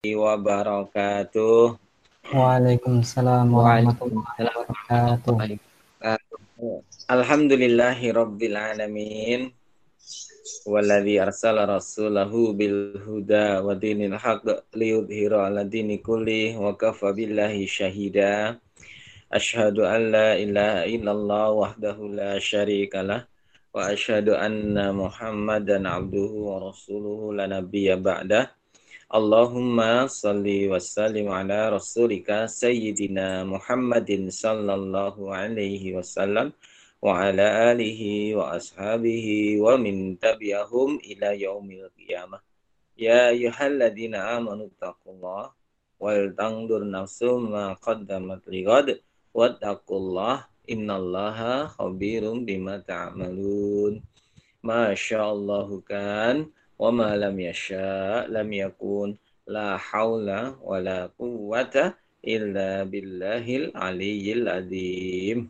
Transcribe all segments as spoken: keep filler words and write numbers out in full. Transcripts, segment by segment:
wabarakatuh. Waalaikumsalam warahmatullahi Waalaikumsalam wabarakatuh. warahmatullahi wabarakatuh. Alhamdulillahi rabbil alamin. Walladzi arsala rasulahu bil huda wa dinil haqq liyudhhira 'ala dini kulli wa kafa billahi syahida. Asyhadu an la ilaha illallah wahdahu la syarikalah wa asyhadu anna Muhammadan abduhu wa rasuluhu la nabiyya ba'dah. Allahumma salli wa sallim ala rasulika sayyidina Muhammadin sallallahu alaihi wasallam wa ala alihi wa ashabihi wa min tabi'ahum ila yaumil qiyamah. Ya ayyuhalladzina amanu taqullah wal tandur nafsum ma qaddamat lighad wattaqullah innallaha khabirum bima ta'malun. Masyaallahu kan wa ma lam yasha lam yakun la haula wa la quwwata illa billahil aliyyil azim.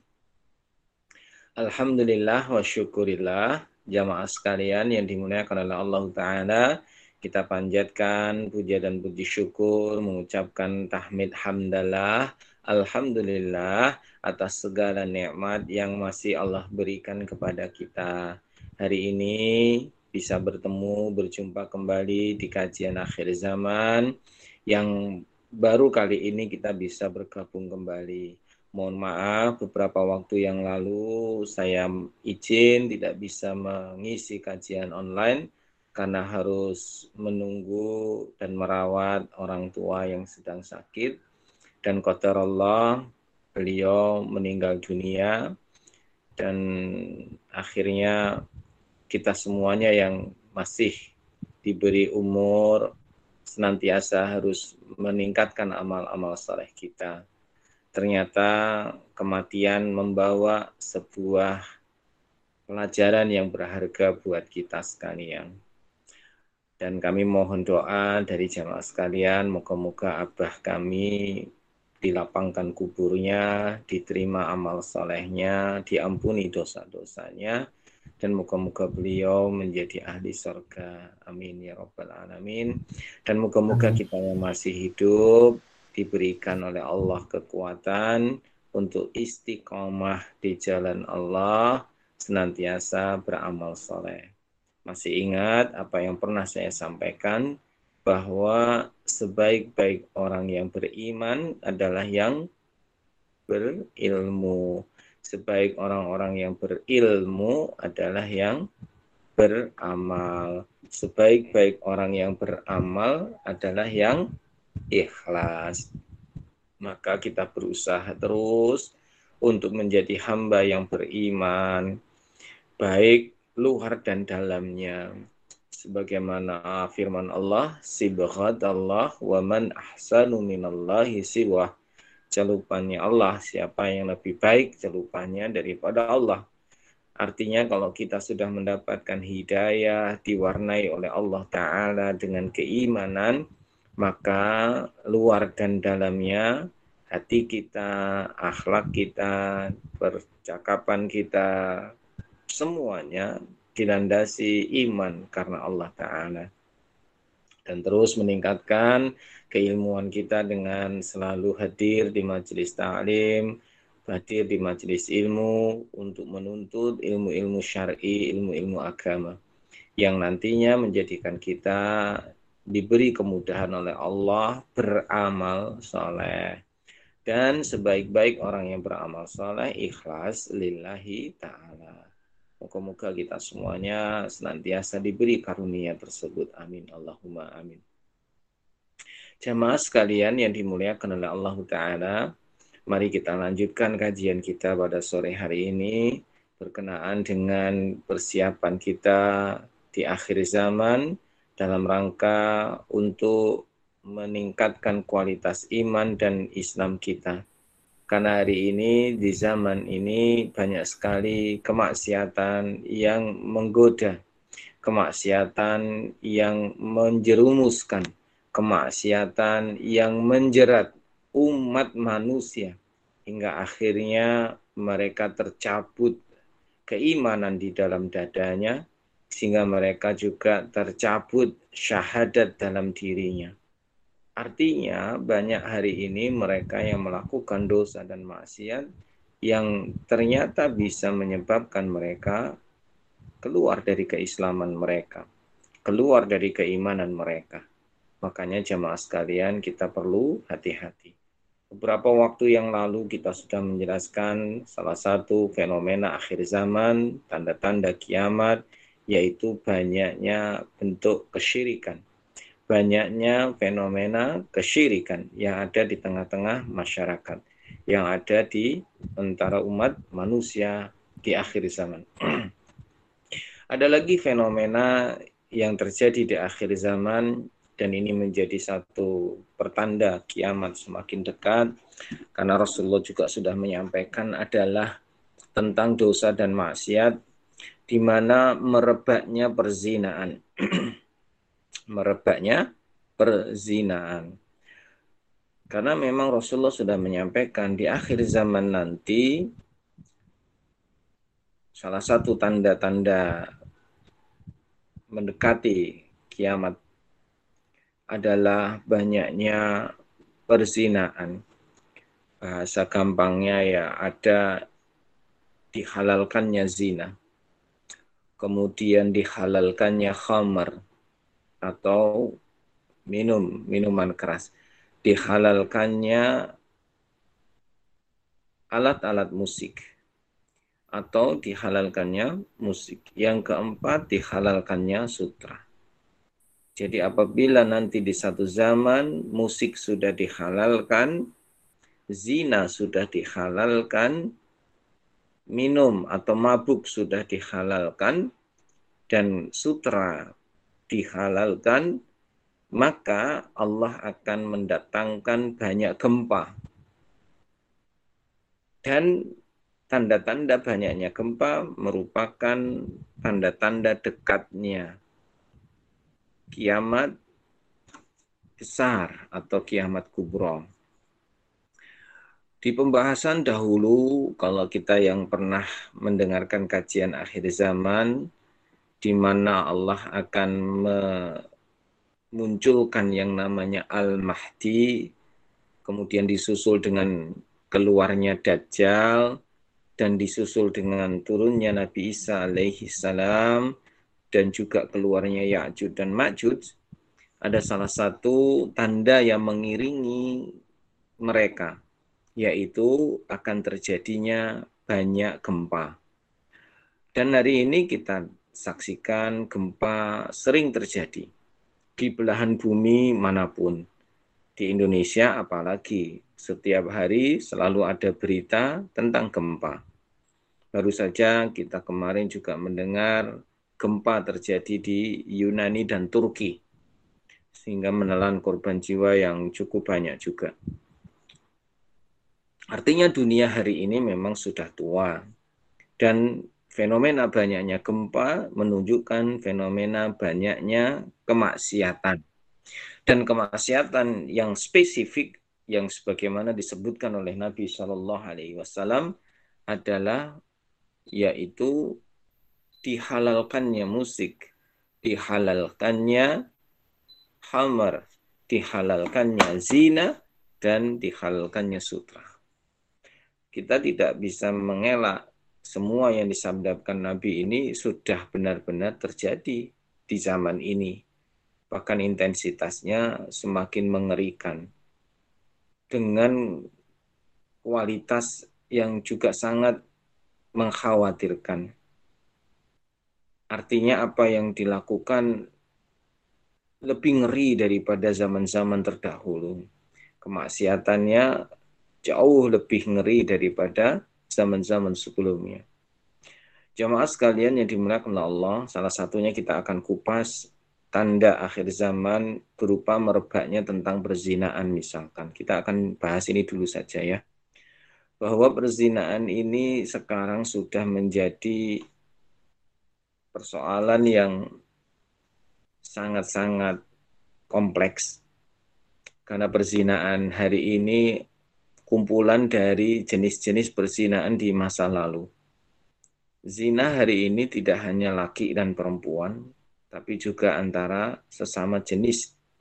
Alhamdulillah wa syukurillah jamaah sekalian yang dimuliakan oleh Allah Ta'ala, kita panjatkan puja dan puji syukur, mengucapkan tahmid hamdalah alhamdulillah atas segala nikmat yang masih Allah berikan kepada kita. Hari ini bisa bertemu, berjumpa kembali di kajian akhir zaman yang baru kali ini kita bisa bergabung kembali. Mohon maaf, beberapa waktu yang lalu saya izin tidak bisa mengisi kajian online karena harus menunggu dan merawat orang tua yang sedang sakit. Dan qadarullah, beliau meninggal dunia dan akhirnya kita semuanya yang masih diberi umur senantiasa harus meningkatkan amal-amal saleh kita. Ternyata kematian membawa sebuah pelajaran yang berharga buat kita sekalian. Dan kami mohon doa dari jamaah sekalian, moga-moga abah kami dilapangkan kuburnya, diterima amal solehnya, diampuni dosa-dosanya, dan moga-moga beliau menjadi ahli surga. Amin ya rabbal alamin. Dan moga-moga kita yang masih hidup diberikan oleh Allah kekuatan untuk istiqomah di jalan Allah, senantiasa beramal soleh. Masih ingat apa yang pernah saya sampaikan, bahwa sebaik-baik orang yang beriman adalah yang berilmu. Sebaik orang-orang yang berilmu adalah yang beramal. Sebaik-baik orang yang beramal adalah yang ikhlas. Maka kita berusaha terus untuk menjadi hamba yang beriman, baik luar dan dalamnya. Sebagaimana firman Allah, sibghatallah wa man ahsanu minallahi siwah. Celupannya Allah, siapa yang lebih baik celupannya daripada Allah. Artinya kalau kita sudah mendapatkan hidayah, diwarnai oleh Allah Ta'ala dengan keimanan, maka luar dan dalamnya, hati kita, akhlak kita, percakapan kita, semuanya dilandasi iman karena Allah Ta'ala. Dan terus meningkatkan keilmuan kita dengan selalu hadir di majelis ta'lim, hadir di majelis ilmu untuk menuntut ilmu-ilmu syar'i, ilmu-ilmu agama yang nantinya menjadikan kita diberi kemudahan oleh Allah beramal soleh. Dan sebaik-baik orang yang beramal soleh ikhlas lillahi ta'ala. Moga-moga kita semuanya senantiasa diberi karunia tersebut. Amin. Allahumma amin. Jamaah sekalian yang dimuliakan oleh Allah Ta'ala, mari kita lanjutkan kajian kita pada sore hari ini berkenaan dengan persiapan kita di akhir zaman dalam rangka untuk meningkatkan kualitas iman dan Islam kita. Karena hari ini, di zaman ini banyak sekali kemaksiatan yang menggoda, kemaksiatan yang menjerumuskan, kemaksiatan yang menjerat umat manusia, hingga akhirnya mereka tercabut keimanan di dalam dadanya, sehingga mereka juga tercabut syahadat dalam dirinya. Artinya banyak hari ini mereka yang melakukan dosa dan maksiat yang ternyata bisa menyebabkan mereka keluar dari keislaman mereka, keluar dari keimanan mereka. Makanya jemaah sekalian kita perlu hati-hati. Beberapa waktu yang lalu kita sudah menjelaskan salah satu fenomena akhir zaman, tanda-tanda kiamat, yaitu banyaknya bentuk kesyirikan. Banyaknya fenomena kesyirikan yang ada di tengah-tengah masyarakat, yang ada di antara umat manusia di akhir zaman. Ada lagi fenomena yang terjadi di akhir zaman, dan ini menjadi satu pertanda kiamat semakin dekat, karena Rasulullah juga sudah menyampaikan, adalah tentang dosa dan maksiat, di mana merebaknya perzinaan. merebaknya perzinaan. Karena memang Rasulullah sudah menyampaikan di akhir zaman nanti, salah satu tanda-tanda mendekati kiamat adalah banyaknya perzinaan. Bahasa gampangnya ya ada dihalalkannya zina, kemudian dihalalkannya khamar atau minum, minuman keras, dihalalkannya alat-alat musik, atau dihalalkannya musik. Yang keempat, dihalalkannya sutra. Jadi apabila nanti di satu zaman musik sudah dihalalkan, zina sudah dihalalkan, minum atau mabuk sudah dihalalkan, dan sutra dihalalkan, maka Allah akan mendatangkan banyak gempa. Dan tanda-tanda banyaknya gempa merupakan tanda-tanda dekatnya kiamat besar atau kiamat kubro. Di pembahasan dahulu, kalau kita yang pernah mendengarkan kajian akhir zaman, di mana Allah akan memunculkan yang namanya Al-Mahdi, kemudian disusul dengan keluarnya Dajjal, dan disusul dengan turunnya Nabi Isa alaihi salam, dan juga keluarnya Ya'juj dan Ma'juj, ada salah satu tanda yang mengiringi mereka, yaitu akan terjadinya banyak gempa. Dan hari ini kita saksikan gempa sering terjadi di belahan bumi manapun. Di Indonesia apalagi, setiap hari selalu ada berita tentang gempa. Baru saja kita kemarin juga mendengar gempa terjadi di Yunani dan Turki, sehingga menelan korban jiwa yang cukup banyak juga. Artinya dunia hari ini memang sudah tua, dan fenomena banyaknya gempa menunjukkan fenomena banyaknya kemaksiatan. Dan kemaksiatan yang spesifik yang sebagaimana disebutkan oleh Nabi Shallallahu Alaihi Wasallam adalah yaitu dihalalkannya musik, dihalalkannya khamar, dihalalkannya zina, dan dihalalkannya sutra. Kita tidak bisa mengelak semua yang disabdakan Nabi ini sudah benar-benar terjadi di zaman ini. Bahkan intensitasnya semakin mengerikan, dengan kualitas yang juga sangat mengkhawatirkan. Artinya apa yang dilakukan lebih ngeri daripada zaman-zaman terdahulu. Kemaksiatannya jauh lebih ngeri daripada zaman-zaman sebelumnya. Jamaah sekalian yang dimuliakan Allah, salah satunya kita akan kupas tanda akhir zaman berupa merebaknya tentang perzinaan misalkan. Kita akan bahas ini dulu saja ya. Bahwa perzinaan ini sekarang sudah menjadi persoalan yang sangat-sangat kompleks. Karena perzinaan hari ini kumpulan dari jenis-jenis perzinaan di masa lalu. Zina hari ini tidak hanya laki dan perempuan, tapi juga antara sesama jenis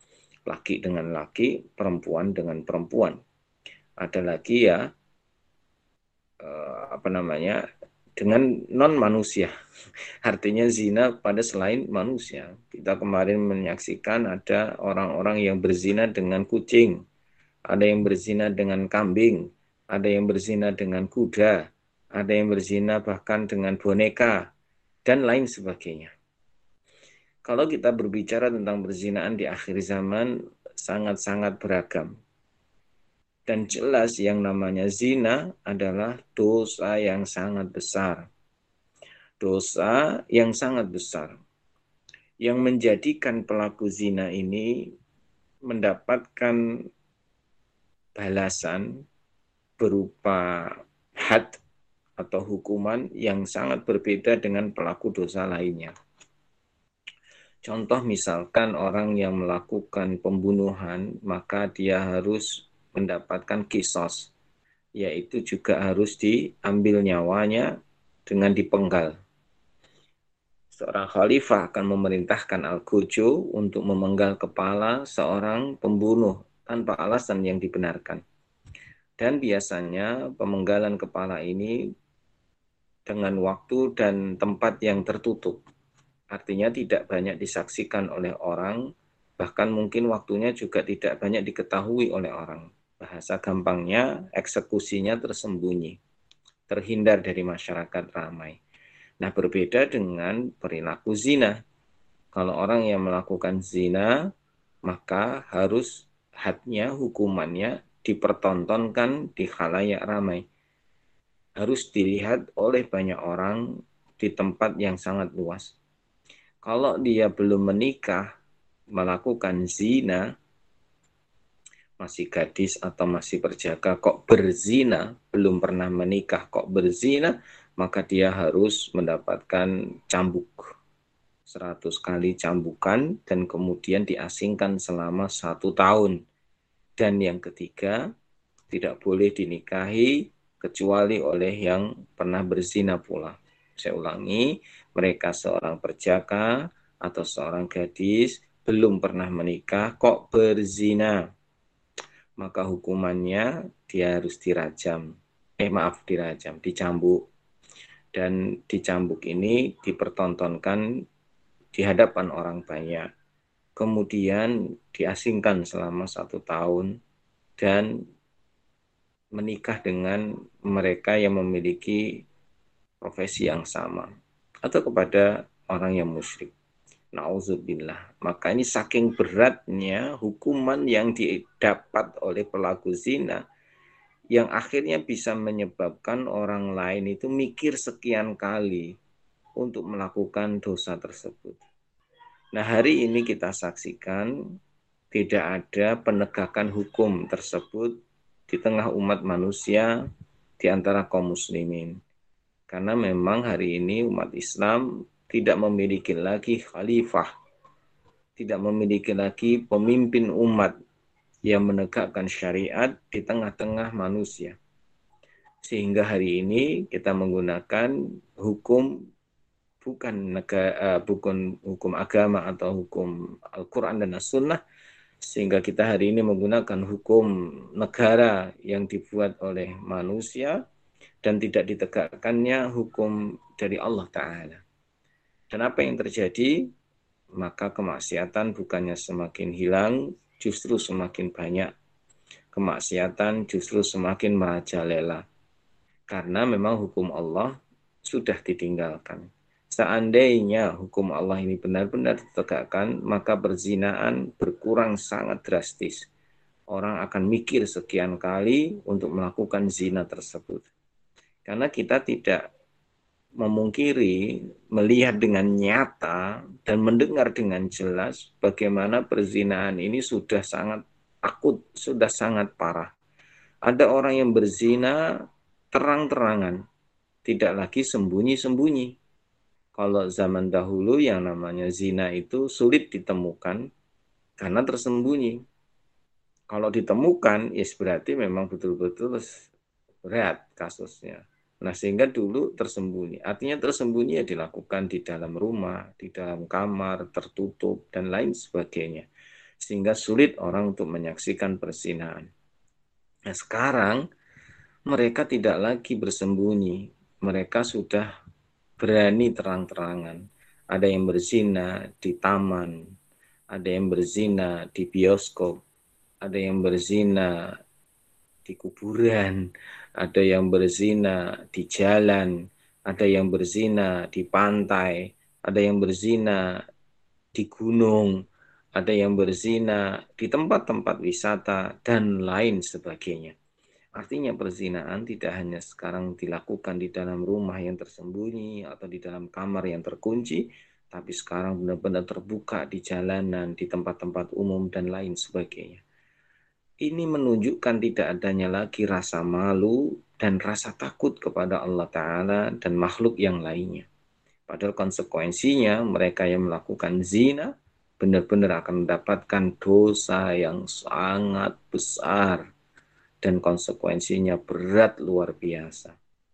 laki dengan laki, perempuan dengan perempuan. Ada lagi ya eh, apa namanya dengan non manusia. Artinya zina pada selain manusia. Kita kemarin menyaksikan ada orang-orang yang berzina dengan kucing, ada yang berzina dengan kambing, ada yang berzina dengan kuda, ada yang berzina bahkan dengan boneka, dan lain sebagainya. Kalau kita berbicara tentang perzinaan di akhir zaman, sangat-sangat beragam. Dan jelas yang namanya zina adalah dosa yang sangat besar. Dosa yang sangat besar. Yang menjadikan pelaku zina ini mendapatkan balasan berupa had atau hukuman yang sangat berbeda dengan pelaku dosa lainnya. Contoh misalkan orang yang melakukan pembunuhan, maka dia harus mendapatkan kisos, yaitu juga harus diambil nyawanya dengan dipenggal. Seorang khalifah akan memerintahkan Al-Quju untuk memenggal kepala seorang pembunuh tanpa alasan yang dibenarkan. Dan biasanya pemenggalan kepala ini dengan waktu dan tempat yang tertutup. Artinya tidak banyak disaksikan oleh orang, bahkan mungkin waktunya juga tidak banyak diketahui oleh orang. Bahasa gampangnya, eksekusinya tersembunyi, terhindar dari masyarakat ramai. Nah, berbeda dengan perilaku zina. Kalau orang yang melakukan zina, maka harus hadnya, hukumannya dipertontonkan di khalayak ramai. Harus dilihat oleh banyak orang di tempat yang sangat luas. Kalau dia belum menikah, melakukan zina, masih gadis atau masih perjaka, kok berzina, belum pernah menikah, kok berzina, maka dia harus mendapatkan cambuk. seratus kali cambukan dan kemudian diasingkan selama satu tahun. Dan yang ketiga, tidak boleh dinikahi kecuali oleh yang pernah berzina pula. Saya ulangi, mereka seorang perjaka atau seorang gadis belum pernah menikah kok berzina, maka hukumannya dia harus dirajam. Eh maaf, dirajam, dicambuk. Dan dicambuk ini dipertontonkan di hadapan orang banyak. Kemudian diasingkan selama satu tahun dan menikah dengan mereka yang memiliki profesi yang sama atau kepada orang yang musyrik. Nauzubillah. Maka ini saking beratnya hukuman yang didapat oleh pelaku zina yang akhirnya bisa menyebabkan orang lain itu mikir sekian kali untuk melakukan dosa tersebut. Nah, hari ini kita saksikan tidak ada penegakan hukum tersebut di tengah umat manusia, di antara kaum muslimin. Karena memang hari ini umat Islam tidak memiliki lagi khalifah, tidak memiliki lagi pemimpin umat yang menegakkan syariat di tengah-tengah manusia. Sehingga hari ini kita menggunakan hukum bukan negara, bukan hukum agama atau hukum Al-Quran dan As-Sunnah, sehingga kita hari ini menggunakan hukum negara yang dibuat oleh manusia dan tidak ditegakkannya hukum dari Allah Ta'ala. Dan apa yang terjadi? Maka kemaksiatan bukannya semakin hilang, justru semakin banyak. Kemaksiatan justru semakin merajalela. Karena memang hukum Allah sudah ditinggalkan. Seandainya hukum Allah ini benar-benar ditegakkan, maka perzinaan berkurang sangat drastis. Orang akan mikir sekian kali untuk melakukan zina tersebut. Karena kita tidak memungkiri, melihat dengan nyata, dan mendengar dengan jelas bagaimana perzinahan ini sudah sangat akut, sudah sangat parah. Ada orang yang berzina terang-terangan, tidak lagi sembunyi-sembunyi. Kalau zaman dahulu yang namanya zina itu sulit ditemukan karena tersembunyi. Kalau ditemukan, ya berarti memang betul-betul berat kasusnya. Nah, sehingga dulu tersembunyi. Artinya tersembunyi ya dilakukan di dalam rumah, di dalam kamar, tertutup, dan lain sebagainya. sehingga sulit orang untuk menyaksikan perzinahan. Nah, sekarang mereka tidak lagi bersembunyi, mereka sudah berani terang-terangan. Ada yang berzina di taman, ada yang berzina di bioskop, ada yang berzina di kuburan, ada yang berzina di jalan, ada yang berzina di pantai, ada yang berzina di gunung, ada yang berzina di tempat-tempat wisata, dan lain sebagainya. Artinya perzinahan tidak hanya sekarang dilakukan di dalam rumah yang tersembunyi atau di dalam kamar yang terkunci, tapi sekarang benar-benar terbuka di jalanan, di tempat-tempat umum, dan lain sebagainya. Ini menunjukkan tidak adanya lagi rasa malu dan rasa takut kepada Allah Ta'ala dan makhluk yang lainnya. Padahal konsekuensinya mereka yang melakukan zina benar-benar akan mendapatkan dosa yang sangat besar dan konsekuensinya berat luar biasa.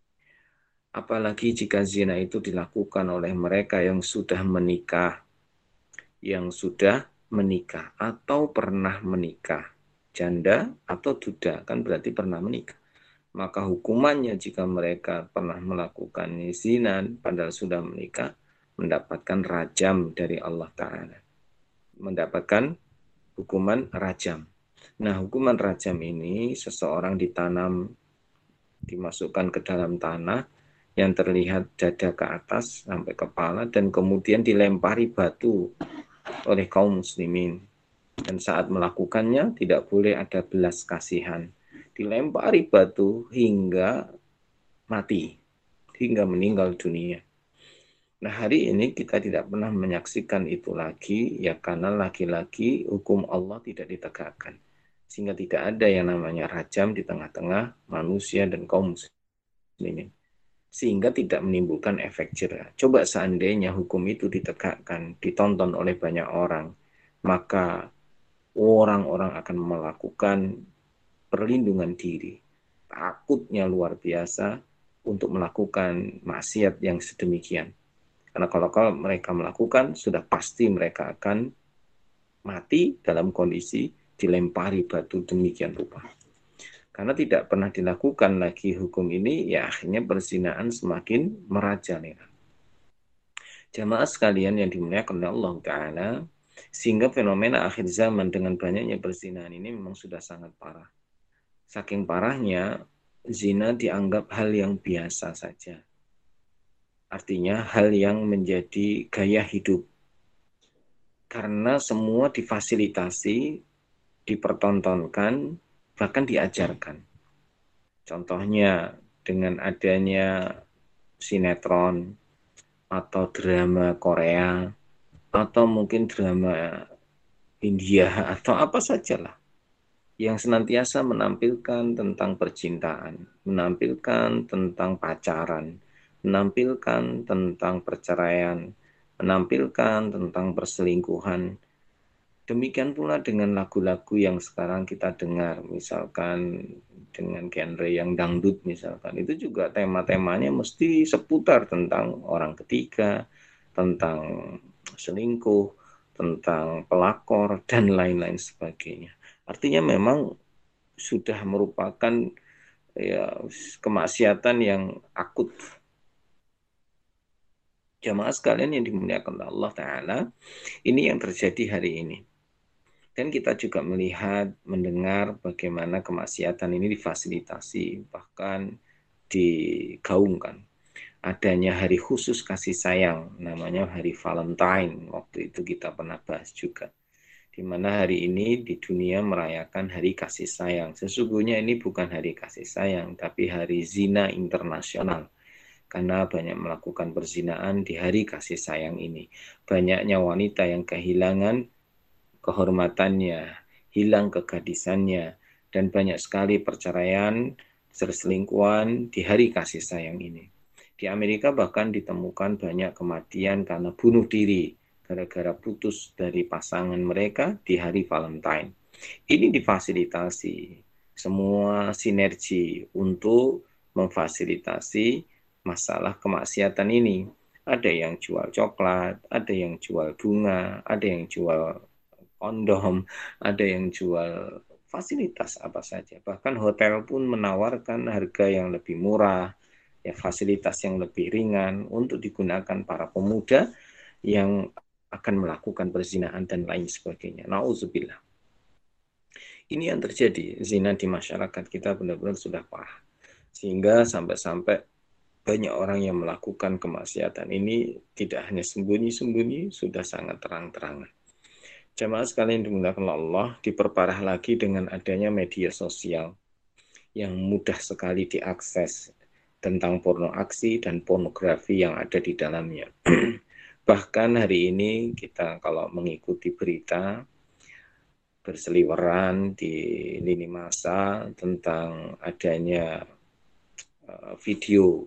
Apalagi jika zina itu dilakukan oleh mereka yang sudah menikah, yang sudah menikah atau pernah menikah. Janda atau duda kan berarti pernah menikah. Maka hukumannya jika mereka pernah melakukan zina padahal sudah menikah, mendapatkan rajam dari Allah Ta'ala. Mendapatkan hukuman rajam. Nah, hukuman rajam ini seseorang ditanam, dimasukkan ke dalam tanah yang terlihat dada ke atas sampai kepala dan kemudian dilempari batu oleh kaum muslimin. Dan saat melakukannya tidak boleh ada belas kasihan. Dilempari batu hingga mati, hingga meninggal dunia. Nah, hari ini kita tidak pernah menyaksikan itu lagi, ya karena lagi-lagi hukum Allah tidak ditegakkan. Sehingga tidak ada yang namanya rajam di tengah-tengah manusia dan kaum muslimin. Sehingga tidak menimbulkan efek jera. Coba seandainya hukum itu ditegakkan, ditonton oleh banyak orang, maka orang-orang akan melakukan perlindungan diri. Takutnya luar biasa untuk melakukan maksiat yang sedemikian. Karena kalau, kalau mereka melakukan, sudah pasti mereka akan mati dalam kondisi dilempari batu demikian rupa. Karena tidak pernah dilakukan lagi hukum ini, ya akhirnya perzinahan semakin merajalela. Jamaah sekalian yang dimuliakan oleh Allah Ta'ala, sehingga fenomena akhir zaman dengan banyaknya perzinahan ini memang sudah sangat parah. Saking parahnya, zina dianggap hal yang biasa saja. Artinya hal yang menjadi gaya hidup. Karena semua difasilitasi, dipertontonkan, bahkan diajarkan. Contohnya dengan adanya sinetron atau drama Korea atau mungkin drama India atau apa sajalah yang senantiasa menampilkan tentang percintaan, menampilkan tentang pacaran, menampilkan tentang perceraian, menampilkan tentang perselingkuhan. Demikian pula dengan lagu-lagu yang sekarang kita dengar, misalkan dengan genre yang dangdut misalkan, itu juga tema-temanya mesti seputar tentang orang ketiga, tentang selingkuh, tentang pelakor, dan lain-lain sebagainya. Artinya memang sudah merupakan ya, kemaksiatan yang akut. Jamaah sekalian yang dimuliakan Allah Ta'ala, ini yang terjadi hari ini. Dan kita juga melihat, mendengar bagaimana kemaksiatan ini difasilitasi, bahkan digaungkan. Adanya hari khusus kasih sayang, namanya hari Valentine. Waktu itu kita pernah bahas juga. Di mana hari ini di dunia merayakan hari kasih sayang. Sesungguhnya ini bukan hari kasih sayang, tapi hari zina internasional. Karena banyak melakukan perzinaan di hari kasih sayang ini. Banyaknya wanita yang kehilangan kehormatannya, hilang kegadisannya, dan banyak sekali perceraian, perselingkuhan di hari kasih sayang ini. Di Amerika bahkan ditemukan banyak kematian karena bunuh diri, gara-gara putus dari pasangan mereka di hari Valentine. Ini difasilitasi, semua sinergi untuk memfasilitasi masalah kemaksiatan ini. Ada yang jual coklat, ada yang jual bunga, ada yang jual kondom, ada yang jual fasilitas apa saja. Bahkan hotel pun menawarkan harga yang lebih murah, ya fasilitas yang lebih ringan untuk digunakan para pemuda yang akan melakukan perzinahan dan lain sebagainya. Nauzubillah. Ini yang terjadi, zina di masyarakat kita benar-benar sudah parah. Sehingga sampai-sampai banyak orang yang melakukan kemaksiatan ini tidak hanya sembunyi-sembunyi, sudah sangat terang-terangan. Jamaah sekalian dimuliakan Allah, diperparah lagi dengan adanya media sosial yang mudah sekali diakses tentang porno aksi dan pornografi yang ada di dalamnya. Bahkan hari ini kita kalau mengikuti berita berseliweran di lini masa tentang adanya uh, video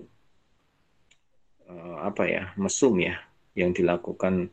uh, apa ya mesum ya yang dilakukan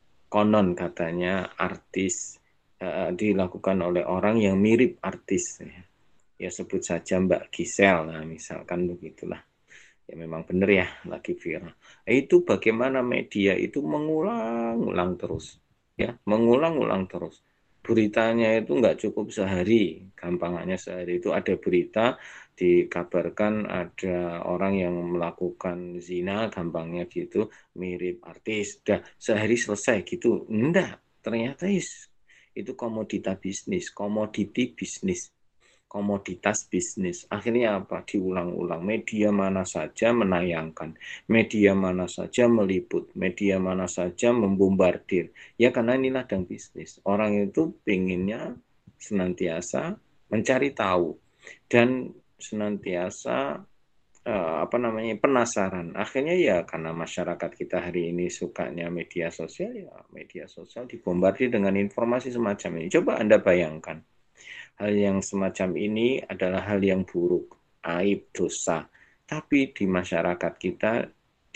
konon katanya artis uh, dilakukan oleh orang yang mirip artis ya, ya sebut saja Mbak Gisel nah misalkan begitulah ya memang benar ya lagi viral. Itu bagaimana media itu mengulang-ulang terus ya mengulang-ulang terus beritanya itu nggak cukup sehari gampangannya sehari itu ada berita dikabarkan ada orang yang melakukan zina gampangnya gitu mirip artis dah sehari selesai gitu enggak ternyata is, itu komoditas bisnis komoditi bisnis komoditas bisnis. Akhirnya apa? Diulang-ulang. Media mana saja menayangkan, media mana saja meliput, media mana saja membombardir. Ya karena ini ladang bisnis. Orang itu pinginnya senantiasa mencari tahu dan senantiasa uh, apa namanya penasaran. Akhirnya ya karena masyarakat kita hari ini sukanya media sosial ya media sosial dibombardir dengan informasi semacam ini. Coba Anda bayangkan hal yang semacam ini adalah hal yang buruk, aib, dosa. Tapi di masyarakat kita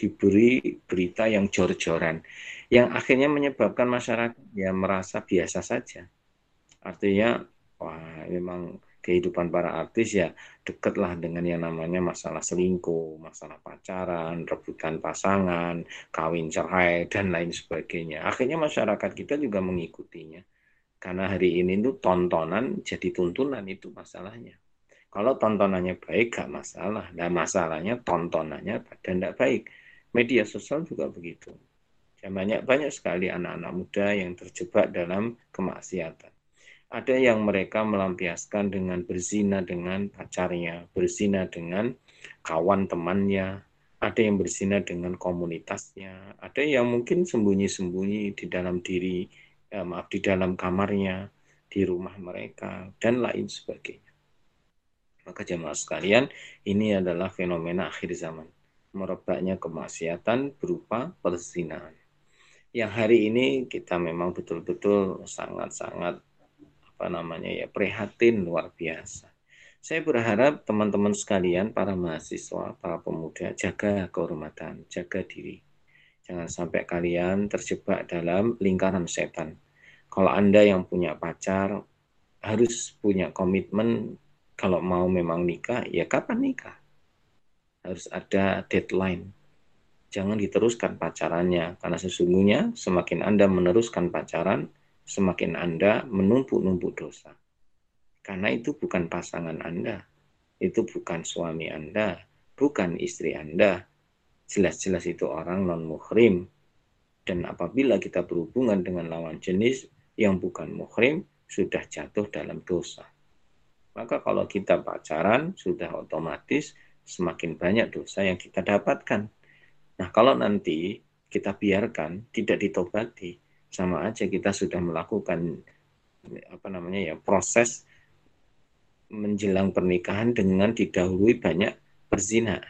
diberi berita yang jor-joran, yang akhirnya menyebabkan masyarakat ya merasa biasa saja. Artinya, wah memang kehidupan para artis ya dekatlah dengan yang namanya masalah selingkuh, masalah pacaran, rebutan pasangan, kawin cerai, dan lain sebagainya. Akhirnya masyarakat kita juga mengikutinya. Karena hari ini tuh tontonan jadi tuntunan itu masalahnya. Kalau tontonannya baik gak masalah. Nah masalahnya tontonannya pada tidak baik. Media sosial juga begitu. Dan banyak banyak sekali anak-anak muda yang terjebak dalam kemaksiatan. Ada yang mereka melampiaskan dengan berzina dengan pacarnya, berzina dengan kawan temannya, ada yang berzina dengan komunitasnya, ada yang mungkin sembunyi-sembunyi di dalam diri, eh, maaf di dalam kamarnya, di rumah mereka, dan lain sebagainya. Maka jemaah sekalian, ini adalah fenomena akhir zaman. Merebaknya kemaksiatan berupa perzinahan. Yang hari ini kita memang betul-betul sangat-sangat apa namanya ya prihatin luar biasa. Saya berharap teman-teman sekalian, para mahasiswa, para pemuda, jaga kehormatan, jaga diri. Jangan sampai kalian terjebak dalam lingkaran setan. Kalau Anda yang punya pacar, harus punya komitmen kalau mau memang nikah, ya kapan nikah? Harus ada deadline. Jangan diteruskan pacarannya, karena sesungguhnya semakin Anda meneruskan pacaran, semakin Anda menumpuk-numpuk dosa. Karena itu bukan pasangan Anda, itu bukan suami Anda, bukan istri Anda. Jelas-jelas itu orang non-muhrim. Dan apabila kita berhubungan dengan lawan jenis yang bukan muhrim, sudah jatuh dalam dosa. Maka kalau kita pacaran, sudah otomatis semakin banyak dosa yang kita dapatkan. Nah, kalau nanti kita biarkan tidak ditobati, sama aja kita sudah melakukan apa namanya ya proses menjelang pernikahan dengan didahului banyak perzinahan.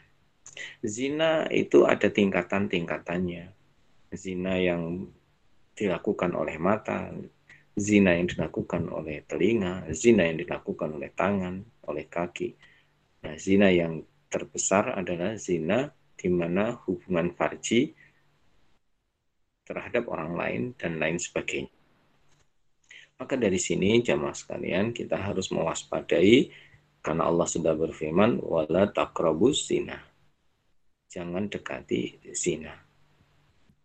Zina itu ada tingkatan-tingkatannya. Zina yang dilakukan oleh mata, zina yang dilakukan oleh telinga, zina yang dilakukan oleh tangan, oleh kaki. Nah, zina yang terbesar adalah zina di mana hubungan farji terhadap orang lain dan lain sebagainya. Maka dari sini jamaah sekalian kita harus mewaspadai karena Allah sudah berfirman wala taqrabus zina. Jangan dekati zina.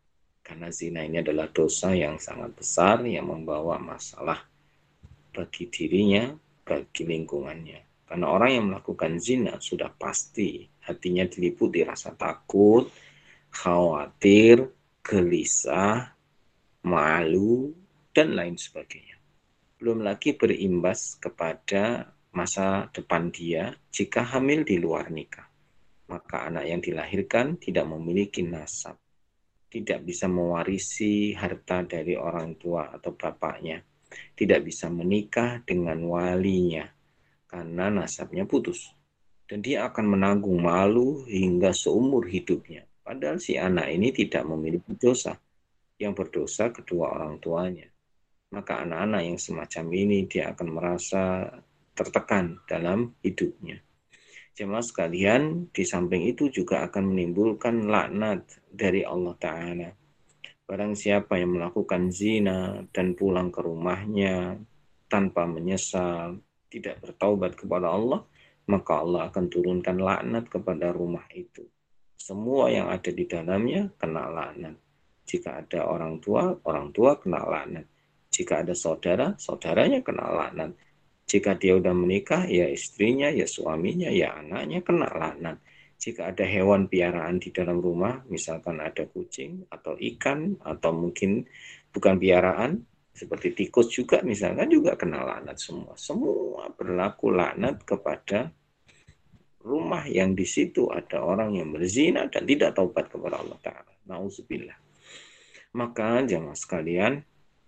Karena zina ini adalah dosa yang sangat besar yang membawa masalah bagi dirinya, bagi lingkungannya. Karena orang yang melakukan zina sudah pasti hatinya diliputi rasa takut, khawatir, gelisah, malu, dan lain sebagainya. Belum lagi berimbas kepada masa depan dia jika hamil di luar nikah. Maka anak yang dilahirkan tidak memiliki nasab, tidak bisa mewarisi harta dari orang tua atau bapaknya, tidak bisa menikah dengan walinya karena nasabnya putus. Dan dia akan menanggung malu hingga seumur hidupnya. Padahal si anak ini tidak memiliki dosa. Yang berdosa kedua orang tuanya. Maka anak-anak yang semacam ini dia akan merasa tertekan dalam hidupnya. Jemaah sekalian, di samping itu juga akan menimbulkan laknat dari Allah Ta'ala. Barang siapa yang melakukan zina dan pulang ke rumahnya tanpa menyesal, tidak bertaubat kepada Allah, maka Allah akan turunkan laknat kepada rumah itu. Semua yang ada di dalamnya kena laknat. Jika ada orang tua, orang tua kena laknat. Jika ada saudara, saudaranya kena laknat. Jika dia udah menikah, ya istrinya, ya suaminya, ya anaknya kena laknat. Jika ada hewan piaraan di dalam rumah, misalkan ada kucing atau ikan atau mungkin bukan piaraan, seperti tikus juga misalkan juga kena laknat semua. Semua berlaku laknat kepada rumah yang di situ ada orang yang berzina dan tidak taubat kepada Allah Ta'ala. Nauzubillah. Maka jemaah sekalian,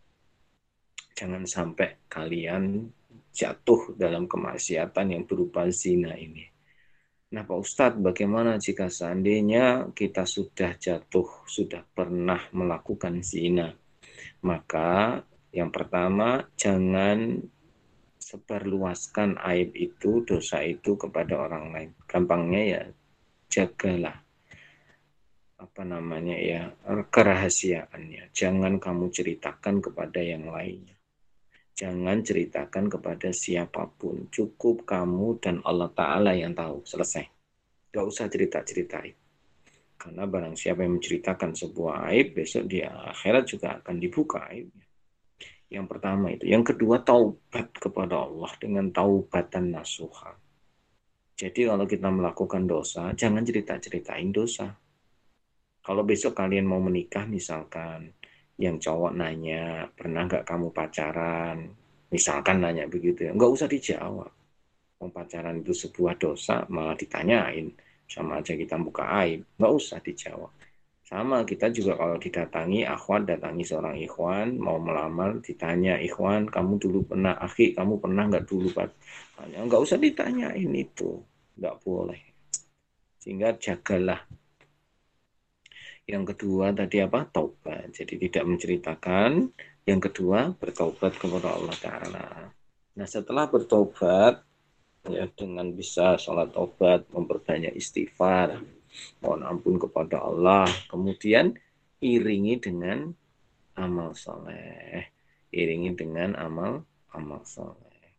jangan sampai kalian jatuh dalam kemaksiatan yang berupa zina ini. Nah Pak Ustadz, bagaimana jika seandainya kita sudah jatuh, sudah pernah melakukan zina? Maka yang pertama, jangan sebarluaskan aib itu, dosa itu kepada orang lain. Gampangnya ya, jagalah apa namanya ya, kerahasiaannya. Jangan kamu ceritakan kepada yang lainnya. Jangan ceritakan kepada siapapun. Cukup kamu dan Allah Ta'ala yang tahu. Selesai. Gak usah cerita-ceritain. Karena barang siapa yang menceritakan sebuah aib, besok di akhirat juga akan dibuka aibnya. Yang pertama itu. Yang kedua, taubat kepada Allah dengan taubatan nasuha. Jadi kalau kita melakukan dosa, jangan cerita-ceritain dosa. Kalau besok kalian mau menikah misalkan, yang cowok nanya, pernah nggak kamu pacaran? Misalkan nanya begitu ya, nggak usah dijawab. Mau pacaran itu sebuah dosa, malah ditanyain. Sama aja kita buka aib, nggak usah dijawab. Sama kita juga kalau didatangi akhwat, datangi seorang ikhwan, mau melamar, ditanya, ikhwan, kamu dulu pernah, akhi, kamu pernah nggak dulu pacaran? Nggak usah ditanyain itu, nggak boleh. Sehingga jagalah. Yang kedua tadi apa? Taubat. Jadi tidak menceritakan. Yang kedua, bertaubat kepada Allah Ta'ala. Nah setelah bertobat, ya dengan bisa sholat taubat, memperbanyak istighfar, mohon ampun kepada Allah, kemudian iringi dengan amal soleh, iringi dengan amal amal soleh.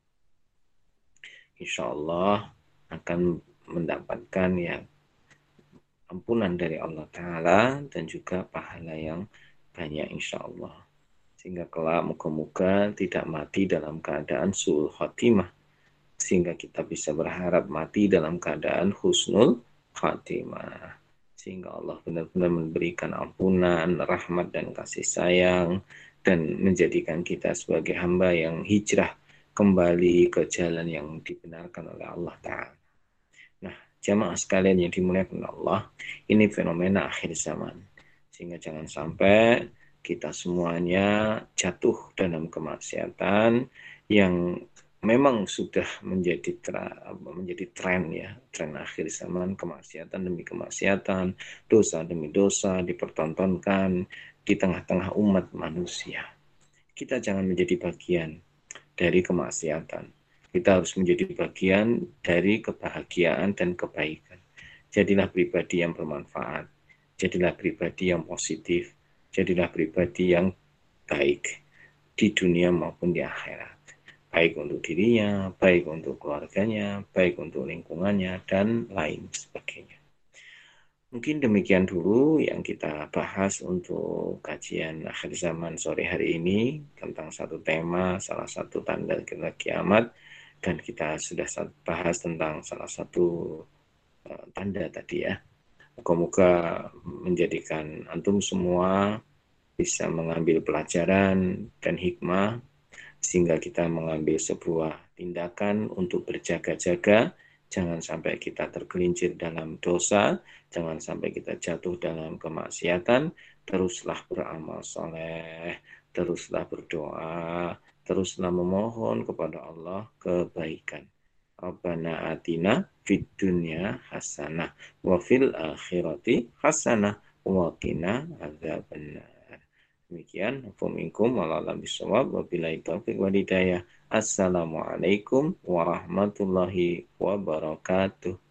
Insya Allah akan mendapatkan ya ampunan dari Allah Ta'ala dan juga pahala yang banyak insya Allah. Sehingga kelak moga-moga tidak mati dalam keadaan su'ul khotimah. Sehingga kita bisa berharap mati dalam keadaan husnul khatimah. Sehingga Allah benar-benar memberikan ampunan, rahmat dan kasih sayang. Dan menjadikan kita sebagai hamba yang hijrah kembali ke jalan yang dibenarkan oleh Allah Ta'ala. Nah, jamaah sekalian yang dimuliakan Allah, ini fenomena akhir zaman. Sehingga jangan sampai kita semuanya jatuh dalam kemaksiatan yang memang sudah menjadi tra, menjadi tren ya, tren akhir zaman, kemaksiatan demi kemaksiatan, dosa demi dosa dipertontonkan di tengah-tengah umat manusia. Kita jangan menjadi bagian dari kemaksiatan. Kita harus menjadi bagian dari kebahagiaan dan kebaikan. Jadilah pribadi yang bermanfaat. Jadilah pribadi yang positif. Jadilah pribadi yang baik di dunia maupun di akhirat. Baik untuk dirinya, baik untuk keluarganya, baik untuk lingkungannya, dan lain sebagainya. Mungkin demikian dulu yang kita bahas untuk kajian akhir zaman sore hari ini tentang satu tema, salah satu tanda kiamat, dan kita sudah bahas tentang salah satu uh, tanda tadi ya. Moga-moga menjadikan antum semua bisa mengambil pelajaran dan hikmah sehingga kita mengambil sebuah tindakan untuk berjaga-jaga. Jangan sampai kita tergelincir dalam dosa, jangan sampai kita jatuh dalam kemaksiatan. Teruslah beramal soleh, teruslah berdoa, teruslah memohon kepada Allah kebaikan. Rabbana atina fid dunya hasanah wa fil akhirati hasanah wa qina adzabannar. Demikian, Assalamualaikum warahmatullahi wabarakatuh. Assalamualaikum warahmatullahi wabarakatuh.